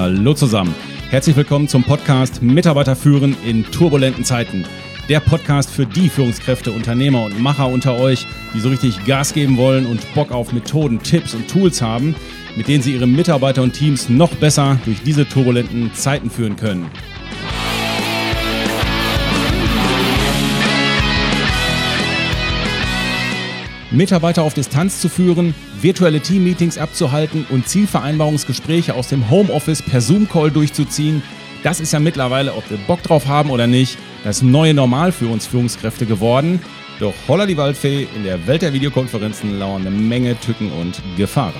Hallo zusammen. Herzlich willkommen zum Podcast Mitarbeiter führen in turbulenten Zeiten. Der Podcast für die Führungskräfte, Unternehmer und Macher unter euch, die so richtig Gas geben wollen und Bock auf Methoden, Tipps und Tools haben, mit denen sie ihre Mitarbeiter und Teams noch besser durch diese turbulenten Zeiten führen können. Mitarbeiter auf Distanz zu führen, virtuelle Team-Meetings abzuhalten und Zielvereinbarungsgespräche aus dem Homeoffice per Zoom-Call durchzuziehen, das ist ja mittlerweile, ob wir Bock drauf haben oder nicht, das neue Normal für uns Führungskräfte geworden. Doch holla die Waldfee, in der Welt der Videokonferenzen lauern eine Menge Tücken und Gefahren.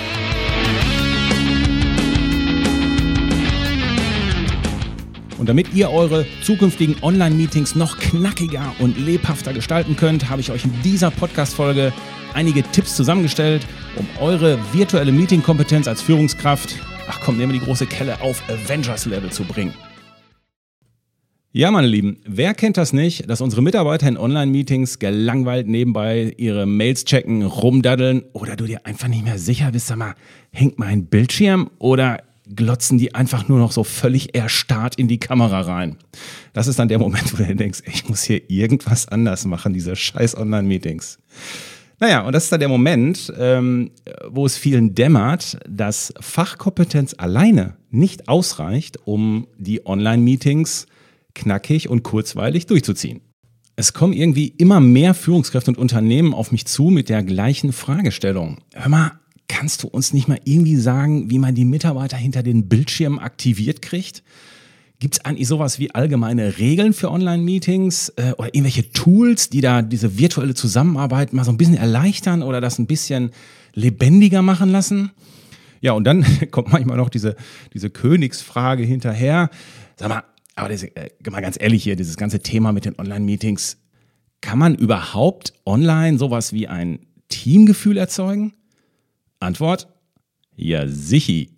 Und damit ihr eure zukünftigen Online-Meetings noch knackiger und lebhafter gestalten könnt, habe ich euch in dieser Podcast-Folge einige Tipps zusammengestellt, um eure virtuelle Meeting-Kompetenz als Führungskraft, nehmen wir die große Kelle, auf Avengers-Level zu bringen. Ja, meine Lieben, wer kennt das nicht, dass unsere Mitarbeiter in Online-Meetings gelangweilt nebenbei ihre Mails checken, rumdaddeln oder du dir einfach nicht mehr sicher bist, sag mal, hängt mein Bildschirm oder glotzen die einfach nur noch so völlig erstarrt in die Kamera rein. Das ist dann der Moment, wo du denkst, ich muss hier irgendwas anders machen, diese scheiß Online-Meetings. Naja, und das ist dann der Moment, wo es vielen dämmert, dass Fachkompetenz alleine nicht ausreicht, um die Online-Meetings knackig und kurzweilig durchzuziehen. Es kommen irgendwie immer mehr Führungskräfte und Unternehmen auf mich zu mit der gleichen Fragestellung. Hör mal, kannst du uns nicht mal irgendwie sagen, wie man die Mitarbeiter hinter den Bildschirmen aktiviert kriegt? Gibt es eigentlich sowas wie allgemeine Regeln für Online-Meetings oder irgendwelche Tools, die da diese virtuelle Zusammenarbeit mal so ein bisschen erleichtern oder das ein bisschen lebendiger machen lassen? Ja, und dann kommt manchmal noch diese Königsfrage hinterher. Sag mal, aber mal ganz ehrlich hier, dieses ganze Thema mit den Online-Meetings, kann man überhaupt online sowas wie ein Teamgefühl erzeugen? Antwort: ja, sichi.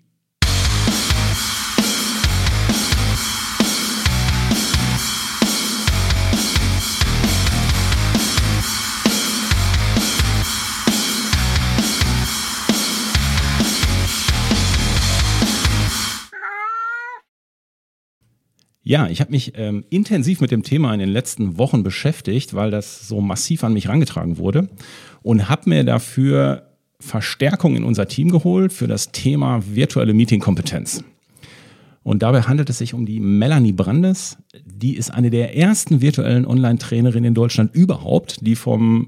Ja, ich habe mich intensiv mit dem Thema in den letzten Wochen beschäftigt, weil das so massiv an mich herangetragen wurde und habe mir dafür Verstärkung in unser Team geholt für das Thema virtuelle Meeting-Kompetenz. Und dabei handelt es sich um die Melanie Brandes. Die ist eine der ersten virtuellen Online-Trainerinnen in Deutschland überhaupt, die vom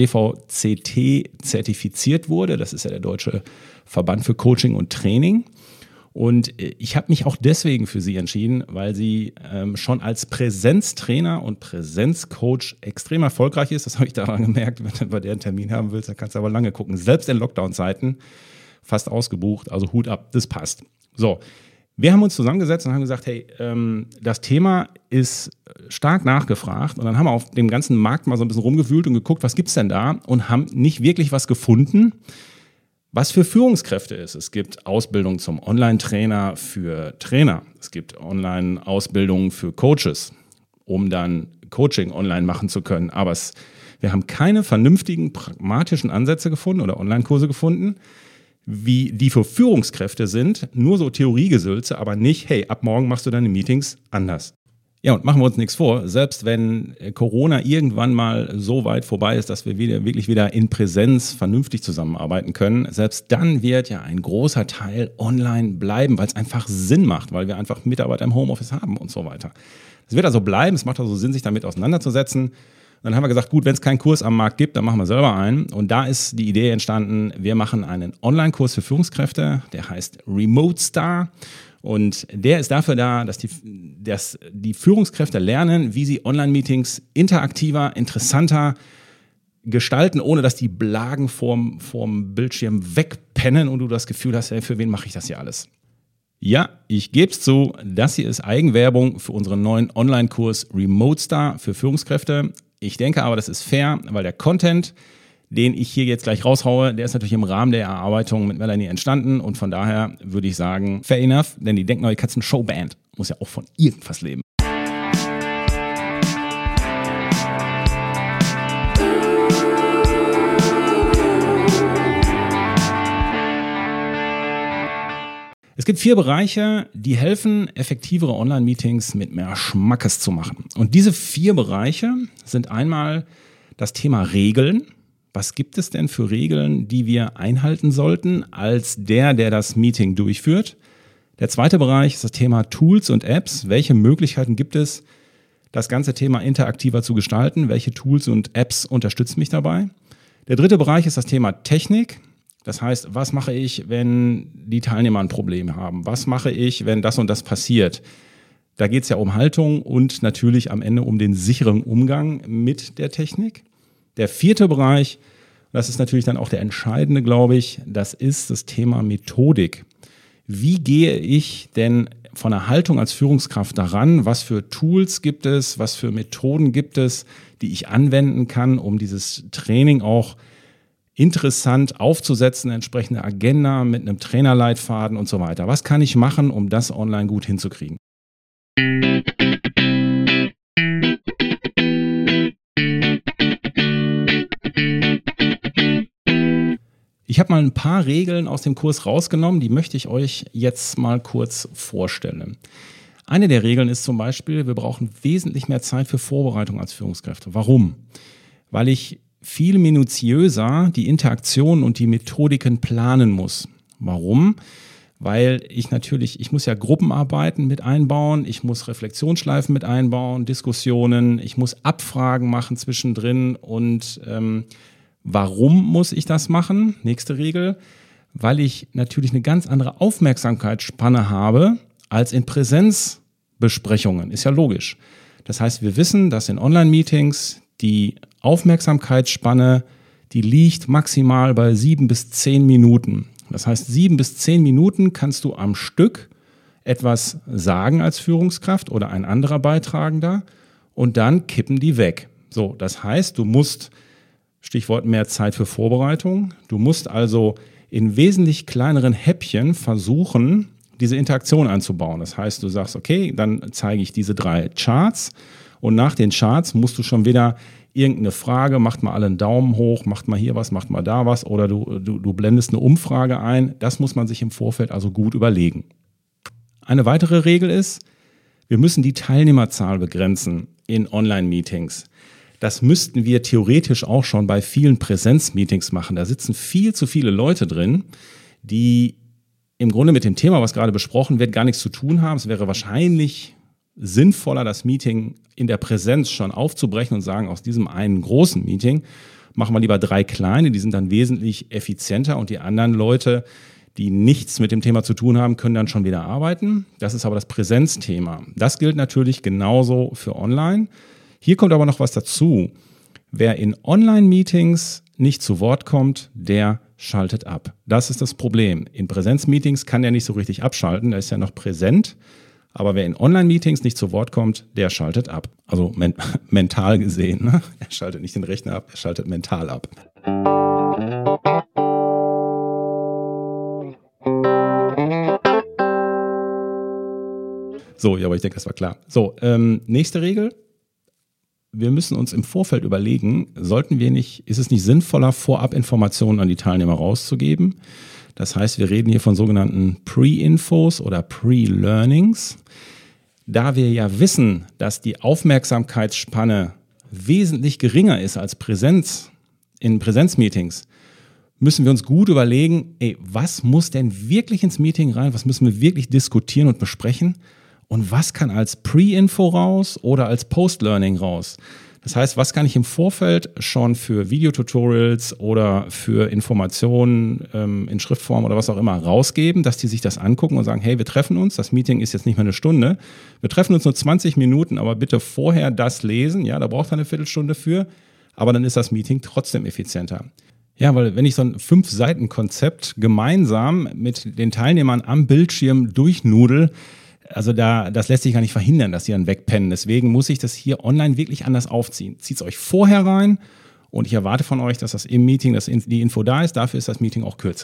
DVCT zertifiziert wurde. Das ist ja der Deutsche Verband für Coaching und Training. Und ich habe mich auch deswegen für sie entschieden, weil sie schon als Präsenztrainer und Präsenzcoach extrem erfolgreich ist. Das habe ich daran gemerkt, wenn du bei der einen Termin haben willst, dann kannst du aber lange gucken. Selbst in Lockdown-Zeiten fast ausgebucht, also Hut ab, das passt. So, wir haben uns zusammengesetzt und haben gesagt, hey, das Thema ist stark nachgefragt. Und dann haben wir auf dem ganzen Markt mal so ein bisschen rumgewühlt und geguckt, was gibt's denn da? Und haben nicht wirklich was gefunden, was für Führungskräfte ist. Es gibt Ausbildung zum Online-Trainer für Trainer. Es gibt Online-Ausbildungen für Coaches, um dann Coaching online machen zu können. Aber wir haben keine vernünftigen, pragmatischen Ansätze gefunden oder Online-Kurse gefunden, wie die für Führungskräfte sind. Nur so Theoriegesülze, aber nicht, hey, ab morgen machst du deine Meetings anders. Ja, und machen wir uns nichts vor, selbst wenn Corona irgendwann mal so weit vorbei ist, dass wir wirklich wieder in Präsenz vernünftig zusammenarbeiten können, selbst dann wird ja ein großer Teil online bleiben, weil es einfach Sinn macht, weil wir einfach Mitarbeiter im Homeoffice haben und so weiter. Es wird also bleiben, es macht also Sinn, sich damit auseinanderzusetzen. Und dann haben wir gesagt, gut, wenn es keinen Kurs am Markt gibt, dann machen wir selber einen. Und da ist die Idee entstanden, wir machen einen Online-Kurs für Führungskräfte, der heißt Remote Star. Und der ist dafür da, dass die Führungskräfte lernen, wie sie Online-Meetings interaktiver, interessanter gestalten, ohne dass die Blagen vorm Bildschirm wegpennen und du das Gefühl hast, hey, für wen mache ich das hier alles? Ja, ich gebe es zu, das hier ist Eigenwerbung für unseren neuen Online-Kurs Remote Star für Führungskräfte. Ich denke aber, das ist fair, weil der Content, den ich hier jetzt gleich raushaue, der ist natürlich im Rahmen der Erarbeitung mit Melanie entstanden und von daher würde ich sagen, fair enough, denn die Denkneue Katzen Showband muss ja auch von irgendwas leben. Es gibt 4 Bereiche, die helfen, effektivere Online-Meetings mit mehr Schmackes zu machen. Und diese 4 Bereiche sind einmal das Thema Regeln. Was gibt es denn für Regeln, die wir einhalten sollten als der das Meeting durchführt? Der zweite Bereich ist das Thema Tools und Apps. Welche Möglichkeiten gibt es, das ganze Thema interaktiver zu gestalten? Welche Tools und Apps unterstützen mich dabei? Der dritte Bereich ist das Thema Technik. Das heißt, was mache ich, wenn die Teilnehmer ein Problem haben? Was mache ich, wenn das und das passiert? Da geht es ja um Haltung und natürlich am Ende um den sicheren Umgang mit der Technik. Der vierte Bereich, das ist natürlich dann auch der entscheidende, glaube ich, das ist das Thema Methodik. Wie gehe ich denn von der Haltung als Führungskraft daran? Was für Tools gibt es? Was für Methoden gibt es, die ich anwenden kann, um dieses Training auch interessant aufzusetzen, eine entsprechende Agenda mit einem Trainerleitfaden und so weiter. Was kann ich machen, um das online gut hinzukriegen? Ich habe mal ein paar Regeln aus dem Kurs rausgenommen, die möchte ich euch jetzt mal kurz vorstellen. Eine der Regeln ist zum Beispiel, wir brauchen wesentlich mehr Zeit für Vorbereitung als Führungskräfte. Warum? Weil ich viel minutiöser die Interaktionen und die Methodiken planen muss. Warum? Weil ich muss ja Gruppenarbeiten mit einbauen, ich muss Reflexionsschleifen mit einbauen, Diskussionen, ich muss Abfragen machen zwischendrin und warum muss ich das machen? Nächste Regel, weil ich natürlich eine ganz andere Aufmerksamkeitsspanne habe als in Präsenzbesprechungen. Ist ja logisch. Das heißt, wir wissen, dass in Online-Meetings die Aufmerksamkeitsspanne, die liegt maximal bei 7 bis 10 Minuten. Das heißt, 7 bis 10 Minuten kannst du am Stück etwas sagen als Führungskraft oder ein anderer Beitragender und dann kippen die weg. So, das heißt, du musst, Stichwort mehr Zeit für Vorbereitung, du musst also in wesentlich kleineren Häppchen versuchen, diese Interaktion einzubauen. Das heißt, du sagst, okay, dann zeige ich diese 3 Charts und nach den Charts musst du schon wieder irgendeine Frage, macht mal alle einen Daumen hoch, macht mal hier was, macht mal da was oder du blendest eine Umfrage ein. Das muss man sich im Vorfeld also gut überlegen. Eine weitere Regel ist, wir müssen die Teilnehmerzahl begrenzen in Online-Meetings. Das müssten wir theoretisch auch schon bei vielen Präsenzmeetings machen. Da sitzen viel zu viele Leute drin, die im Grunde mit dem Thema, was gerade besprochen wird, gar nichts zu tun haben. Es wäre wahrscheinlich sinnvoller, das Meeting in der Präsenz schon aufzubrechen und sagen, aus diesem einen großen Meeting machen wir lieber 3 kleine, die sind dann wesentlich effizienter und die anderen Leute, die nichts mit dem Thema zu tun haben, können dann schon wieder arbeiten. Das ist aber das Präsenzthema. Das gilt natürlich genauso für Online. Hier kommt aber noch was dazu. Wer in Online-Meetings nicht zu Wort kommt, der schaltet ab. Das ist das Problem. In Präsenzmeetings kann er nicht so richtig abschalten, er ist ja noch präsent. Aber wer in Online-Meetings nicht zu Wort kommt, der schaltet ab. Also mental gesehen. Ne? Er schaltet nicht den Rechner ab, er schaltet mental ab. So, ja, aber ich denke, das war klar. So, nächste Regel. Wir müssen uns im Vorfeld überlegen, ist es nicht sinnvoller, vorab Informationen an die Teilnehmer rauszugeben? Das heißt, wir reden hier von sogenannten Pre-Infos oder Pre-Learnings. Da wir ja wissen, dass die Aufmerksamkeitsspanne wesentlich geringer ist als in Präsenzmeetings, müssen wir uns gut überlegen, was muss denn wirklich ins Meeting rein? Was müssen wir wirklich diskutieren und besprechen? Und was kann als Pre-Info raus oder als Post-Learning raus? Das heißt, was kann ich im Vorfeld schon für Videotutorials oder für Informationen in Schriftform oder was auch immer rausgeben, dass die sich das angucken und sagen, hey, wir treffen uns, das Meeting ist jetzt nicht mehr eine Stunde, wir treffen uns nur 20 Minuten, aber bitte vorher das lesen, ja, da braucht er eine Viertelstunde für, aber dann ist das Meeting trotzdem effizienter. Ja, weil wenn ich so ein 5-Seiten-Konzept gemeinsam mit den Teilnehmern am Bildschirm durchnudel, also das lässt sich gar nicht verhindern, dass die dann wegpennen. Deswegen muss ich das hier online wirklich anders aufziehen. Zieht es euch vorher rein und ich erwarte von euch, dass das im Meeting, dass die Info da ist. Dafür ist das Meeting auch kürzer.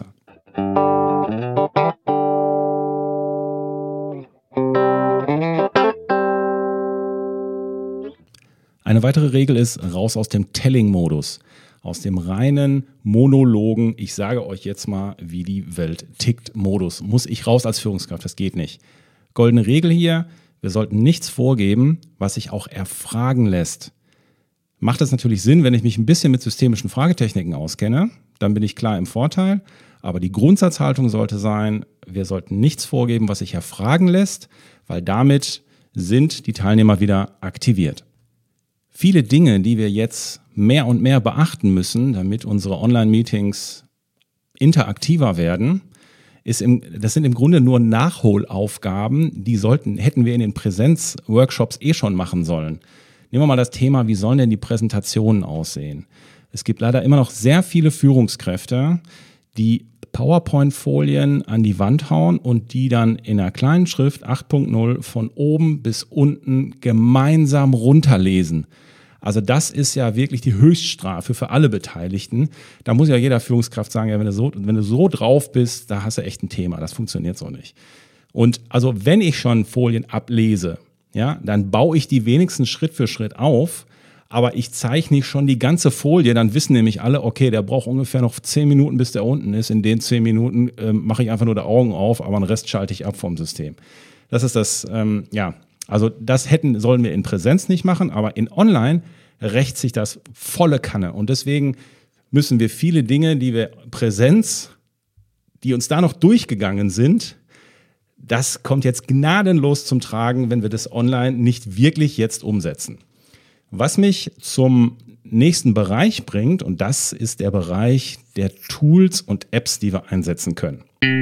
Eine weitere Regel ist, raus aus dem Telling-Modus. aus dem reinen Monologen, ich sage euch jetzt mal, wie die Welt tickt, Modus. Muss ich raus als Führungskraft, das geht nicht. Goldene Regel hier, wir sollten nichts vorgeben, was sich auch erfragen lässt. Macht es natürlich Sinn, wenn ich mich ein bisschen mit systemischen Fragetechniken auskenne, dann bin ich klar im Vorteil. Aber die Grundsatzhaltung sollte sein, wir sollten nichts vorgeben, was sich erfragen lässt, weil damit sind die Teilnehmer wieder aktiviert. Viele Dinge, die wir jetzt mehr und mehr beachten müssen, damit unsere Online-Meetings interaktiver werden, das sind im Grunde nur Nachholaufgaben, die hätten wir in den Präsenz-Workshops schon machen sollen. Nehmen wir mal das Thema, wie sollen denn die Präsentationen aussehen? Es gibt leider immer noch sehr viele Führungskräfte, die PowerPoint-Folien an die Wand hauen und die dann in einer kleinen Schrift 8.0 von oben bis unten gemeinsam runterlesen. Also das ist ja wirklich die Höchststrafe für alle Beteiligten. Da muss ja jeder Führungskraft sagen, ja, wenn du so drauf bist, da hast du echt ein Thema. Das funktioniert so nicht. Und also wenn ich schon Folien ablese, ja, dann baue ich die wenigstens Schritt für Schritt auf. Aber ich zeichne nicht schon die ganze Folie, dann wissen nämlich alle, okay, der braucht ungefähr noch 10 Minuten, bis der unten ist. In den 10 Minuten mache ich einfach nur die Augen auf, aber den Rest schalte ich ab vom System. Das ist das, also das sollen wir in Präsenz nicht machen, aber in Online rächt sich das volle Kanne. Und deswegen müssen wir viele Dinge, die wir Präsenz, die uns da noch durchgegangen sind, das kommt jetzt gnadenlos zum Tragen, wenn wir das Online nicht wirklich jetzt umsetzen. Was mich zum nächsten Bereich bringt, und das ist der Bereich der Tools und Apps, die wir einsetzen können.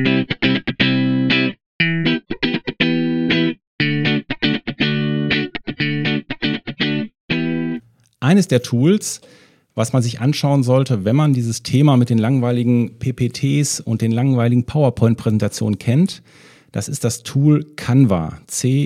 Eines der Tools, was man sich anschauen sollte, wenn man dieses Thema mit den langweiligen PPTs und den langweiligen PowerPoint-Präsentationen kennt, das ist das Tool Canva,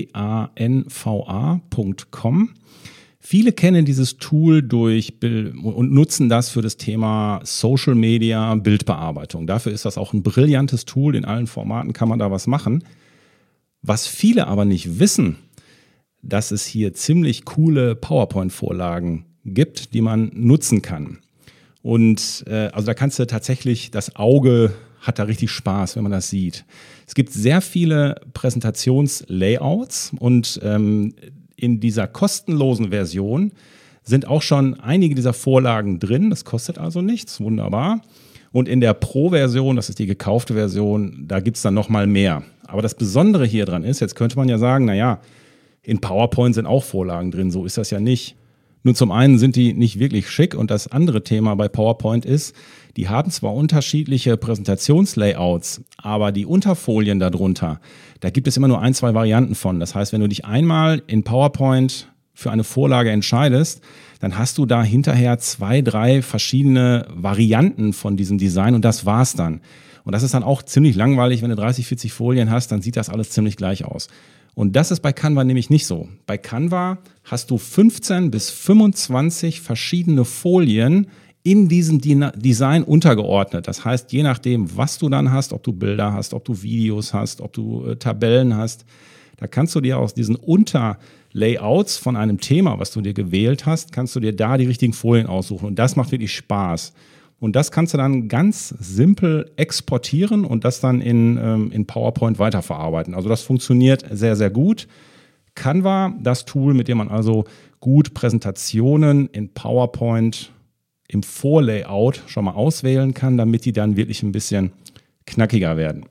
canva.com. Viele kennen dieses Tool und nutzen das für das Thema Social Media, Bildbearbeitung. Dafür ist das auch ein brillantes Tool. In allen Formaten kann man da was machen. Was viele aber nicht wissen, dass es hier ziemlich coole PowerPoint-Vorlagen gibt, die man nutzen kann. Und also da kannst du tatsächlich, das Auge hat da richtig Spaß, wenn man das sieht. Es gibt sehr viele Präsentationslayouts und in dieser kostenlosen Version sind auch schon einige dieser Vorlagen drin. Das kostet also nichts, wunderbar. Und in der Pro-Version, das ist die gekaufte Version, da gibt es dann nochmal mehr. Aber das Besondere hier dran ist, jetzt könnte man ja sagen, naja, in PowerPoint sind auch Vorlagen drin, so ist das ja nicht. Nun, zum einen sind die nicht wirklich schick und das andere Thema bei PowerPoint ist, die haben zwar unterschiedliche Präsentationslayouts, aber die Unterfolien darunter, da gibt es immer nur 1, 2 Varianten von. Das heißt, wenn du dich einmal in PowerPoint für eine Vorlage entscheidest, dann hast du da hinterher 2, 3 verschiedene Varianten von diesem Design und das war's dann. Und das ist dann auch ziemlich langweilig, wenn du 30, 40 Folien hast, dann sieht das alles ziemlich gleich aus. Und das ist bei Canva nämlich nicht so. Bei Canva hast du 15 bis 25 verschiedene Folien in diesem Design untergeordnet. Das heißt, je nachdem, was du dann hast, ob du Bilder hast, ob du Videos hast, ob du Tabellen hast, da kannst du dir aus diesen Unterlayouts von einem Thema, was du dir gewählt hast, kannst du dir da die richtigen Folien aussuchen. Und das macht wirklich Spaß. Und das kannst du dann ganz simpel exportieren und das dann in PowerPoint weiterverarbeiten. Also das funktioniert sehr, sehr gut. Canva, das Tool, mit dem man also gut Präsentationen in PowerPoint im Vorlayout schon mal auswählen kann, damit die dann wirklich ein bisschen knackiger werden.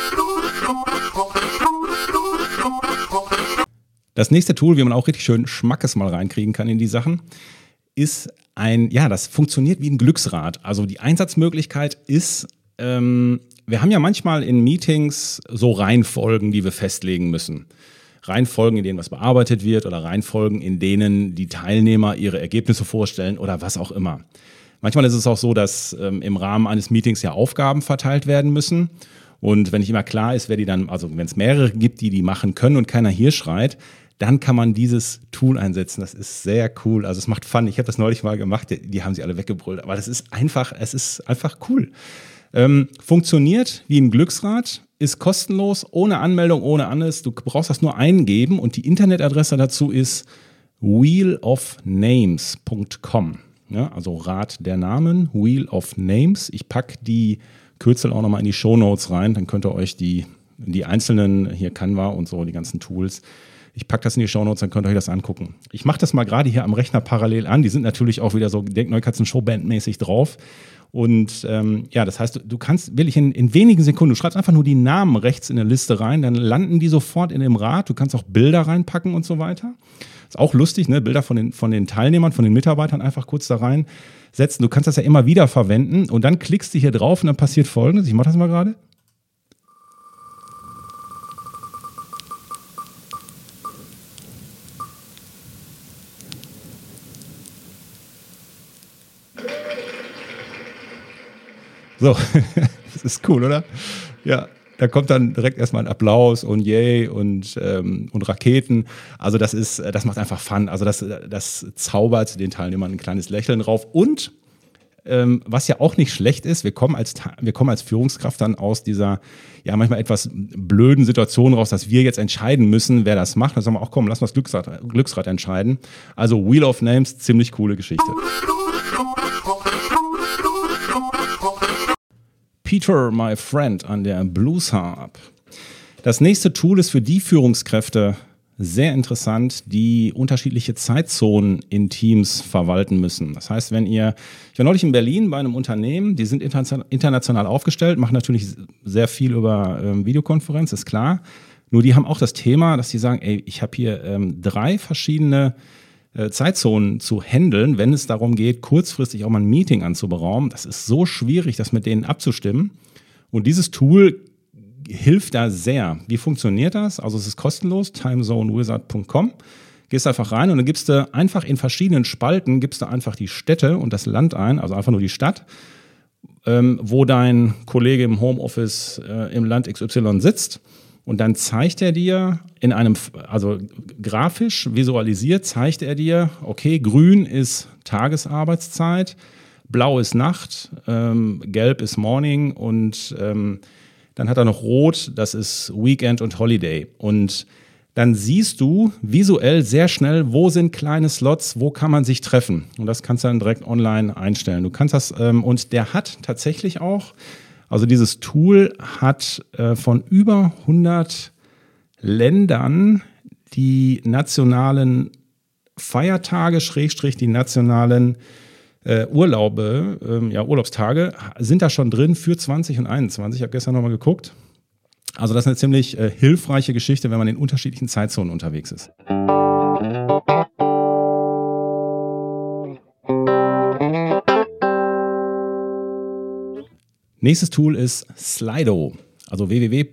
Das nächste Tool, wie man auch richtig schön Schmackes mal reinkriegen kann in die Sachen, ist das funktioniert wie ein Glücksrad. Also die Einsatzmöglichkeit ist, wir haben ja manchmal in Meetings so Reihenfolgen, die wir festlegen müssen. Reihenfolgen, in denen was bearbeitet wird oder Reihenfolgen, in denen die Teilnehmer ihre Ergebnisse vorstellen oder was auch immer. Manchmal ist es auch so, dass im Rahmen eines Meetings ja Aufgaben verteilt werden müssen. Und wenn nicht immer klar ist, wer die dann, also wenn es mehrere gibt, die machen können und keiner hier schreit, dann kann man dieses Tool einsetzen. Das ist sehr cool. Also es macht Fun. Ich habe das neulich mal gemacht. Die haben sich alle weggebrüllt. Aber es ist einfach cool. Funktioniert wie ein Glücksrad, ist kostenlos, ohne Anmeldung, ohne alles. Du brauchst das nur eingeben und die Internetadresse dazu ist wheelofnames.com. ja, also Rad der Namen, Wheel of Names. Ich packe die Kürzel auch nochmal in die Shownotes rein, dann könnt ihr euch die einzelnen, hier Canva und so, die ganzen Tools, ich packe das in die Shownotes, dann könnt ihr euch das angucken. Ich mache das mal gerade hier am Rechner parallel an, die sind natürlich auch wieder so Denk-Neukatzen-Showband-mäßig drauf. Und das heißt, du kannst wirklich in wenigen Sekunden, du schreibst einfach nur die Namen rechts in eine Liste rein, dann landen die sofort in dem Rad. Du kannst auch Bilder reinpacken und so weiter. Ist auch lustig, ne? Bilder von den Teilnehmern, von den Mitarbeitern einfach kurz da reinsetzen. Du kannst das ja immer wieder verwenden und dann klickst du hier drauf und dann passiert Folgendes. Ich mache das mal gerade. So, das ist cool, oder? Ja, da kommt dann direkt erstmal ein Applaus und Yay und Raketen. Also das macht einfach Fun. Also das zaubert den Teilnehmern ein kleines Lächeln drauf. Und was ja auch nicht schlecht ist, wir kommen als Führungskraft dann aus dieser ja manchmal etwas blöden Situation raus, dass wir jetzt entscheiden müssen, wer das macht. Dann sagen wir auch, komm, lass mal das Glücksrad entscheiden. Also Wheel of Names, ziemlich coole Geschichte. Peter, my friend, an der Blues Harp. Das nächste Tool ist für die Führungskräfte sehr interessant, die unterschiedliche Zeitzonen in Teams verwalten müssen. Das heißt, ich war neulich in Berlin bei einem Unternehmen, die sind international aufgestellt, machen natürlich sehr viel über Videokonferenz, ist klar. Nur die haben auch das Thema, dass sie sagen, ich habe hier 3 verschiedene Zeitzonen zu handeln, wenn es darum geht, kurzfristig auch mal ein Meeting anzuberaumen. Das ist so schwierig, das mit denen abzustimmen. Und dieses Tool hilft da sehr. Wie funktioniert das? Also es ist kostenlos, timezonewizard.com. Gehst einfach rein und dann gibst du einfach in verschiedenen Spalten, gibst du einfach die Städte und das Land ein, also einfach nur die Stadt, wo dein Kollege im Homeoffice im Land XY sitzt. Und dann zeigt er dir also grafisch visualisiert, zeigt er dir, okay, grün ist Tagesarbeitszeit, blau ist Nacht, gelb ist Morning und dann hat er noch rot, das ist Weekend und Holiday. Und dann siehst du visuell sehr schnell, wo sind kleine Slots, wo kann man sich treffen. Und das kannst du dann direkt online einstellen. Du kannst das, und der hat tatsächlich auch, also dieses Tool hat von über 100 Ländern die nationalen Feiertage, die nationalen Urlaubstage sind da schon drin für 20 und 21. Ich habe gestern nochmal geguckt. Also das ist eine ziemlich hilfreiche Geschichte, wenn man in unterschiedlichen Zeitzonen unterwegs ist. Nächstes Tool ist Slido, also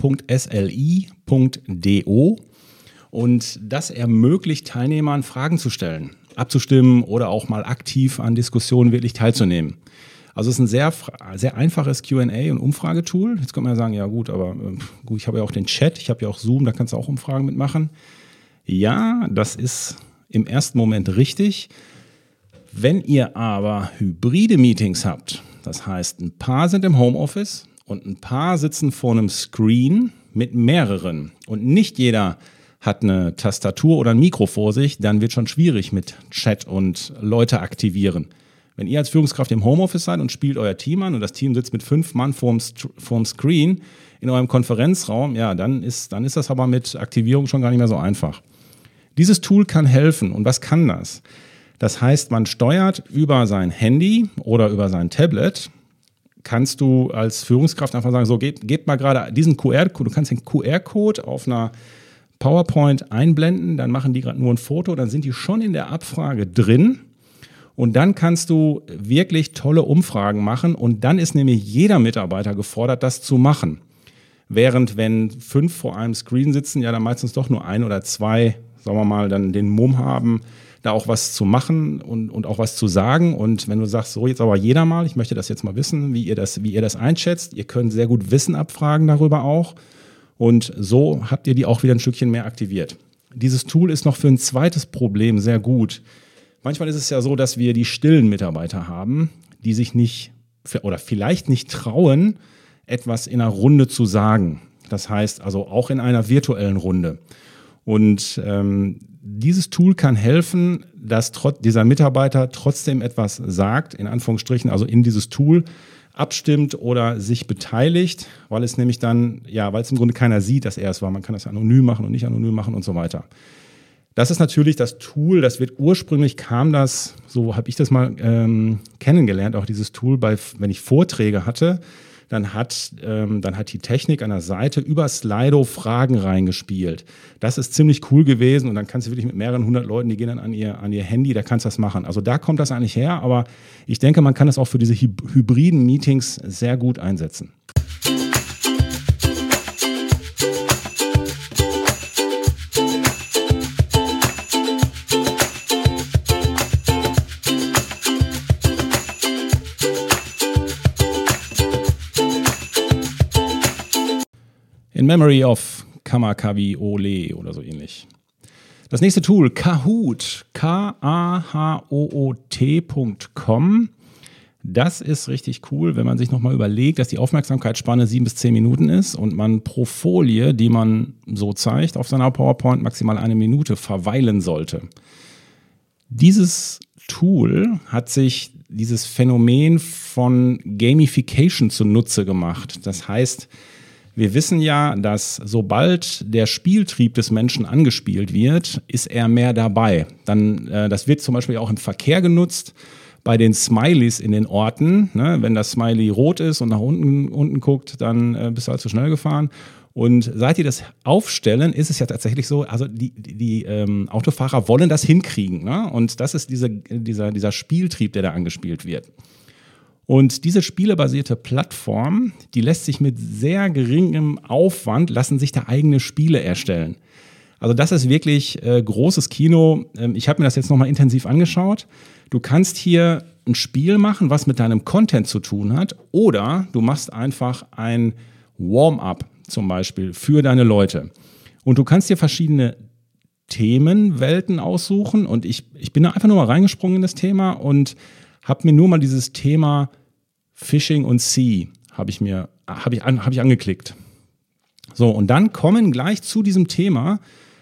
www.sli.do. Und das ermöglicht Teilnehmern, Fragen zu stellen, abzustimmen oder auch mal aktiv an Diskussionen wirklich teilzunehmen. Also es ist ein sehr, sehr einfaches Q&A und Umfragetool. Jetzt könnte man ja sagen, ja gut, aber ich habe ja auch den Chat, ich habe ja auch Zoom, da kannst du auch Umfragen mitmachen. Ja, das ist im ersten Moment richtig. Wenn ihr aber hybride Meetings habt, das heißt, ein paar sind im Homeoffice und ein paar sitzen vor einem Screen mit mehreren und nicht jeder hat eine Tastatur oder ein Mikro vor sich, dann wird schon schwierig mit Chat und Leute aktivieren. Wenn ihr als Führungskraft im Homeoffice seid und spielt euer Team an und das Team sitzt mit 5 Mann vorm Screen in eurem Konferenzraum, ja, dann ist das aber mit Aktivierung schon gar nicht mehr so einfach. Dieses Tool kann helfen. Und was kann das? Das heißt, man steuert über sein Handy oder über sein Tablet, kannst du als Führungskraft einfach sagen, so gebt mal gerade diesen QR-Code, du kannst den QR-Code auf einer PowerPoint einblenden, dann machen die gerade nur ein Foto, dann sind die schon in der Abfrage drin und dann kannst du wirklich tolle Umfragen machen und dann ist nämlich jeder Mitarbeiter gefordert, das zu machen. Während wenn 5 vor einem Screen sitzen, ja dann meistens doch nur 1 oder 2, sagen wir mal, dann den Mumm haben, da auch was zu machen und auch was zu sagen. Und wenn du sagst, so jetzt aber jeder mal, ich möchte das jetzt mal wissen, wie ihr das einschätzt. Ihr könnt sehr gut Wissen abfragen darüber auch. Und so habt ihr die auch wieder ein Stückchen mehr aktiviert. Dieses Tool ist noch für ein zweites Problem sehr gut. Manchmal ist es ja so, dass wir die stillen Mitarbeiter haben, die sich nicht oder vielleicht nicht trauen, etwas in einer Runde zu sagen. Das heißt also auch in einer virtuellen Runde. Und dieses Tool kann helfen, dass dieser Mitarbeiter trotzdem etwas sagt, in Anführungsstrichen, also in dieses Tool abstimmt oder sich beteiligt, weil es nämlich dann, weil es im Grunde keiner sieht, dass er es war. Man kann das anonym machen und nicht anonym machen und so weiter. Das ist natürlich das Tool, kam das, so habe ich das mal kennengelernt, auch dieses Tool, wenn ich Vorträge hatte, dann hat die Technik an der Seite über Slido Fragen reingespielt. Das ist ziemlich cool gewesen und dann kannst du wirklich mit mehreren hundert Leuten, die gehen dann an ihr Handy, da kannst du das machen. Also da kommt das eigentlich her, aber ich denke, man kann das auch für diese hybriden Meetings sehr gut einsetzen. In Memory of Kamakawi Ole oder so ähnlich. Das nächste Tool, Kahoot, Kahoot.com. Das ist richtig cool, wenn man sich nochmal überlegt, dass die Aufmerksamkeitsspanne 7 bis 10 Minuten ist und man pro Folie, die man so zeigt, auf seiner PowerPoint maximal 1 Minute verweilen sollte. Dieses Tool hat sich dieses Phänomen von Gamification zunutze gemacht. Das heißt, wir wissen ja, dass sobald der Spieltrieb des Menschen angespielt wird, ist er mehr dabei. Das wird zum Beispiel auch im Verkehr genutzt, bei den Smileys in den Orten. Ne? Wenn das Smiley rot ist und nach unten guckt, dann bist du halt zu schnell gefahren. Und seit die das aufstellen, ist es ja tatsächlich so, also die Autofahrer wollen das hinkriegen. Ne? Und das ist dieser Spieltrieb, der da angespielt wird. Und diese spielebasierte Plattform, die lässt sich mit sehr geringem Aufwand, lassen sich da eigene Spiele erstellen. Also das ist wirklich großes Kino. Ich habe mir das jetzt nochmal intensiv angeschaut. Du kannst hier ein Spiel machen, was mit deinem Content zu tun hat. Oder du machst einfach ein Warm-up zum Beispiel für deine Leute. Und du kannst dir verschiedene Themenwelten aussuchen. Und ich bin da einfach nur mal reingesprungen in das Thema und habe mir nur mal dieses Thema Fishing und Sea habe ich angeklickt. So, und dann kommen gleich zu diesem Thema,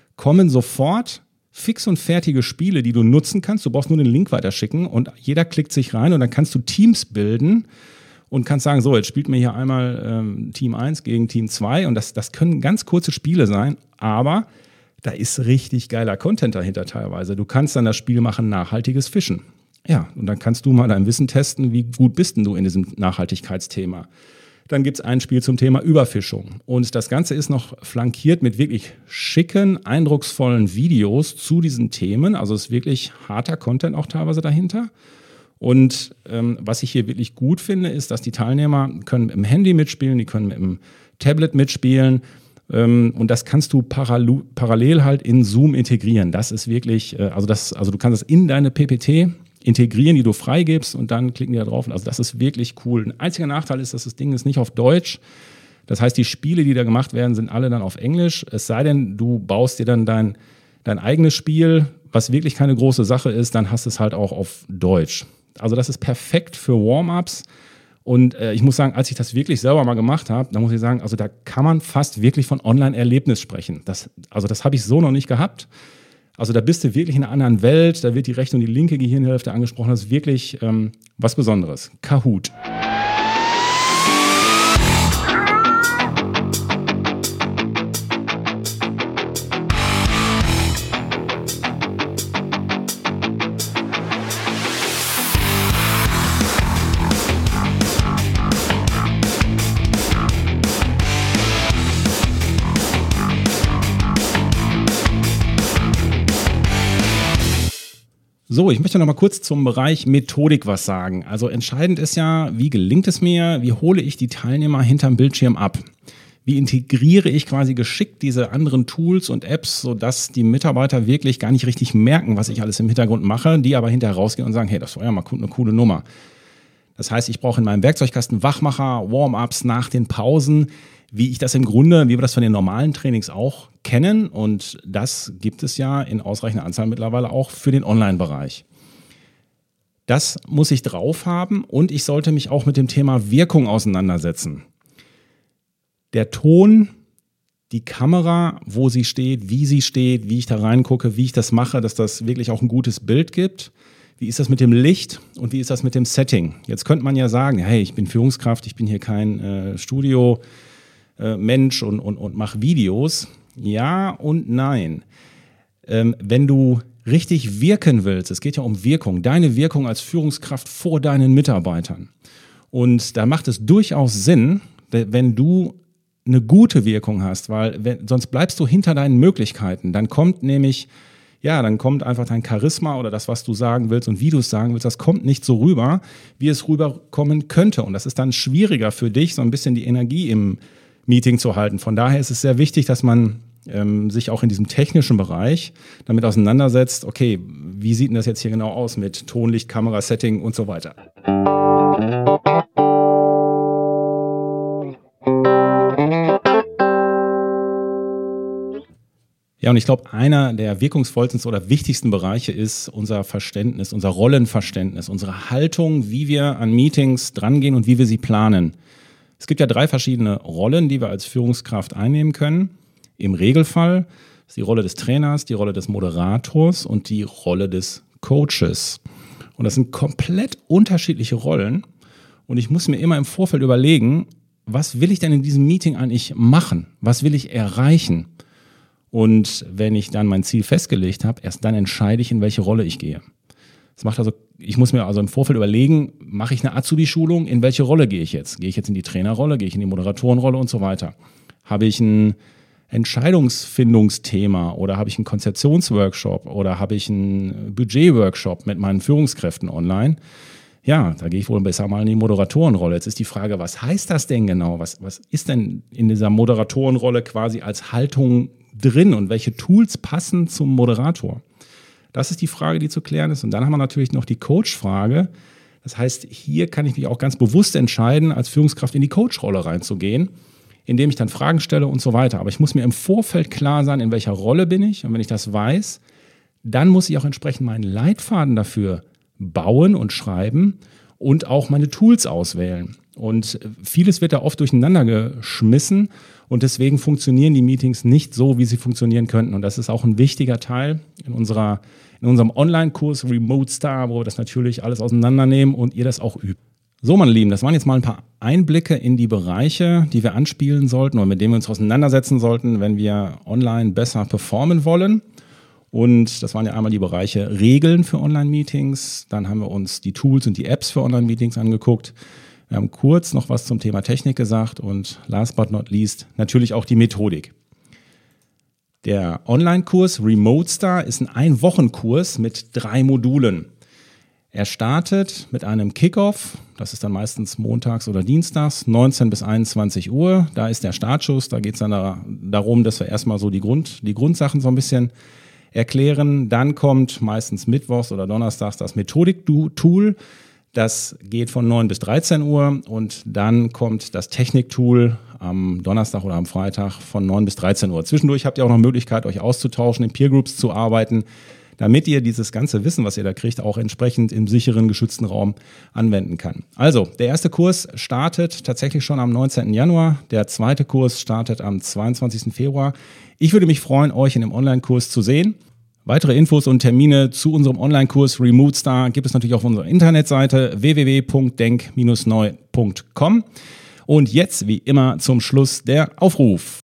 sofort fix und fertige Spiele, die du nutzen kannst. Du brauchst nur den Link weiterschicken und jeder klickt sich rein und dann kannst du Teams bilden und kannst sagen, so, jetzt spielt mir hier einmal Team 1 gegen Team 2 und das können ganz kurze Spiele sein, aber da ist richtig geiler Content dahinter teilweise. Du kannst dann das Spiel machen, nachhaltiges Fischen. Ja, und dann kannst du mal dein Wissen testen, wie gut bist denn du in diesem Nachhaltigkeitsthema. Dann gibt es ein Spiel zum Thema Überfischung. Und das Ganze ist noch flankiert mit wirklich schicken, eindrucksvollen Videos zu diesen Themen. Also es ist wirklich harter Content auch teilweise dahinter. Und was ich hier wirklich gut finde, ist, dass die Teilnehmer können mit dem Handy mitspielen, die können mit dem Tablet mitspielen. Und das kannst du parallel halt in Zoom integrieren. Das ist wirklich, also du kannst es in deine PPT integrieren, die du freigibst und dann klicken die da drauf. Also das ist wirklich cool. Ein einziger Nachteil ist, dass das Ding ist nicht auf Deutsch. Das heißt, die Spiele, die da gemacht werden, sind alle dann auf Englisch. Es sei denn, du baust dir dann dein eigenes Spiel, was wirklich keine große Sache ist, dann hast du es halt auch auf Deutsch. Also das ist perfekt für Warm-ups. Und ich muss sagen, als ich das wirklich selber mal gemacht habe, da muss ich sagen, also da kann man fast wirklich von Online-Erlebnis sprechen. Das habe ich so noch nicht gehabt. Also da bist du wirklich in einer anderen Welt, da wird die rechte und die linke Gehirnhälfte angesprochen. Das ist wirklich was Besonderes. Kahoot. So, ich möchte noch mal kurz zum Bereich Methodik was sagen. Also entscheidend ist ja, wie gelingt es mir, wie hole ich die Teilnehmer hinterm Bildschirm ab? Wie integriere ich quasi geschickt diese anderen Tools und Apps, sodass die Mitarbeiter wirklich gar nicht richtig merken, was ich alles im Hintergrund mache, die aber hinterher rausgehen und sagen, hey, das war ja mal eine coole Nummer. Das heißt, ich brauche in meinem Werkzeugkasten Wachmacher, Warm-ups nach den Pausen, wie wir das von den normalen Trainings auch kennen. Und das gibt es ja in ausreichender Anzahl mittlerweile auch für den Online-Bereich. Das muss ich drauf haben und ich sollte mich auch mit dem Thema Wirkung auseinandersetzen. Der Ton die Kamera, wo sie steht, wie ich da reingucke, wie ich das mache, dass das wirklich auch ein gutes Bild gibt. Wie ist das mit dem Licht und wie ist das mit dem Setting? Jetzt könnte man ja sagen, hey, ich bin Führungskraft, ich bin hier kein Studio-Mensch und mache Videos. Ja und nein. Wenn du richtig wirken willst, es geht ja um Wirkung, deine Wirkung als Führungskraft vor deinen Mitarbeitern. Und da macht es durchaus Sinn, wenn du eine gute Wirkung hast, weil sonst bleibst du hinter deinen Möglichkeiten. Dann kommt einfach dein Charisma oder das, was du sagen willst und wie du es sagen willst, das kommt nicht so rüber, wie es rüberkommen könnte. Und das ist dann schwieriger für dich, so ein bisschen die Energie im Meeting zu halten. Von daher ist es sehr wichtig, dass man sich auch in diesem technischen Bereich damit auseinandersetzt, okay, wie sieht denn das jetzt hier genau aus mit Ton, Licht, Kamera, Setting und so weiter. Ja, und ich glaube, einer der wirkungsvollsten oder wichtigsten Bereiche ist unser Verständnis, unser Rollenverständnis, unsere Haltung, wie wir an Meetings drangehen und wie wir sie planen. Es gibt ja 3 verschiedene Rollen, die wir als Führungskraft einnehmen können. Im Regelfall ist die Rolle des Trainers, die Rolle des Moderators und die Rolle des Coaches. Und das sind komplett unterschiedliche Rollen. Und ich muss mir immer im Vorfeld überlegen, was will ich denn in diesem Meeting eigentlich machen? Was will ich erreichen? Und wenn ich dann mein Ziel festgelegt habe, erst dann entscheide ich, in welche Rolle ich gehe. Ich muss mir also im Vorfeld überlegen, mache ich eine Azubi-Schulung, in welche Rolle gehe ich jetzt? Gehe ich jetzt in die Trainerrolle, gehe ich in die Moderatorenrolle und so weiter? Habe ich ein Entscheidungsfindungsthema oder habe ich einen Konzeptionsworkshop oder habe ich einen Budgetworkshop mit meinen Führungskräften online? Ja, da gehe ich wohl besser mal in die Moderatorenrolle. Jetzt ist die Frage, was heißt das denn genau? Was ist denn in dieser Moderatorenrolle quasi als Haltung drin und welche Tools passen zum Moderator? Das ist die Frage, die zu klären ist. Und dann haben wir natürlich noch die Coach-Frage. Das heißt, hier kann ich mich auch ganz bewusst entscheiden, als Führungskraft in die Coach-Rolle reinzugehen, indem ich dann Fragen stelle und so weiter. Aber ich muss mir im Vorfeld klar sein, in welcher Rolle bin ich. Und wenn ich das weiß, dann muss ich auch entsprechend meinen Leitfaden dafür bauen und schreiben und auch meine Tools auswählen. Und vieles wird da oft durcheinander geschmissen und deswegen funktionieren die Meetings nicht so, wie sie funktionieren könnten. Und das ist auch ein wichtiger Teil in unserem Online-Kurs Remote Star, wo wir das natürlich alles auseinandernehmen und ihr das auch übt. So, meine Lieben, das waren jetzt mal ein paar Einblicke in die Bereiche, die wir anspielen sollten und mit denen wir uns auseinandersetzen sollten, wenn wir online besser performen wollen. Und das waren ja einmal die Bereiche Regeln für Online-Meetings, dann haben wir uns die Tools und die Apps für Online-Meetings angeguckt. Wir haben kurz noch was zum Thema Technik gesagt und last but not least natürlich auch die Methodik. Der Online-Kurs Remote Star ist ein Ein-Wochen-Kurs mit 3 Modulen. Er startet mit einem Kickoff, das ist dann meistens montags oder dienstags, 19 bis 21 Uhr. Da ist der Startschuss, da geht es dann darum, dass wir erstmal so die Grundsachen so ein bisschen erklären. Dann kommt meistens mittwochs oder donnerstags das Methodik-Tool. Das geht von 9 bis 13 Uhr und dann kommt das Technik-Tool am Donnerstag oder am Freitag von 9 bis 13 Uhr. Zwischendurch habt ihr auch noch Möglichkeit, euch auszutauschen, in Peer-Groups zu arbeiten, damit ihr dieses ganze Wissen, was ihr da kriegt, auch entsprechend im sicheren, geschützten Raum anwenden kann. Also, der erste Kurs startet tatsächlich schon am 19. Januar. Der zweite Kurs startet am 22. Februar. Ich würde mich freuen, euch in dem Online-Kurs zu sehen. Weitere Infos und Termine zu unserem Online-Kurs Remote Star gibt es natürlich auf unserer Internetseite www.denk-neu.com. Und jetzt, wie immer, zum Schluss der Aufruf.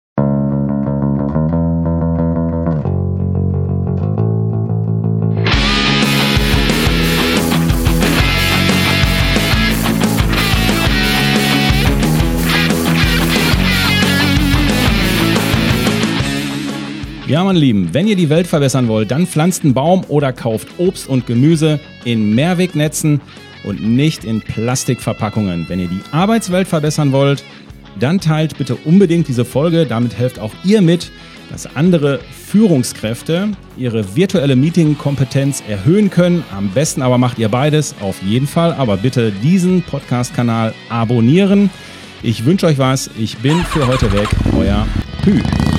Ja, meine Lieben, wenn ihr die Welt verbessern wollt, dann pflanzt einen Baum oder kauft Obst und Gemüse in Mehrwegnetzen und nicht in Plastikverpackungen. Wenn ihr die Arbeitswelt verbessern wollt, dann teilt bitte unbedingt diese Folge. Damit helft auch ihr mit, dass andere Führungskräfte ihre virtuelle Meeting-Kompetenz erhöhen können. Am besten aber macht ihr beides auf jeden Fall. Aber bitte diesen Podcast-Kanal abonnieren. Ich wünsche euch was. Ich bin für heute weg. Euer Hü.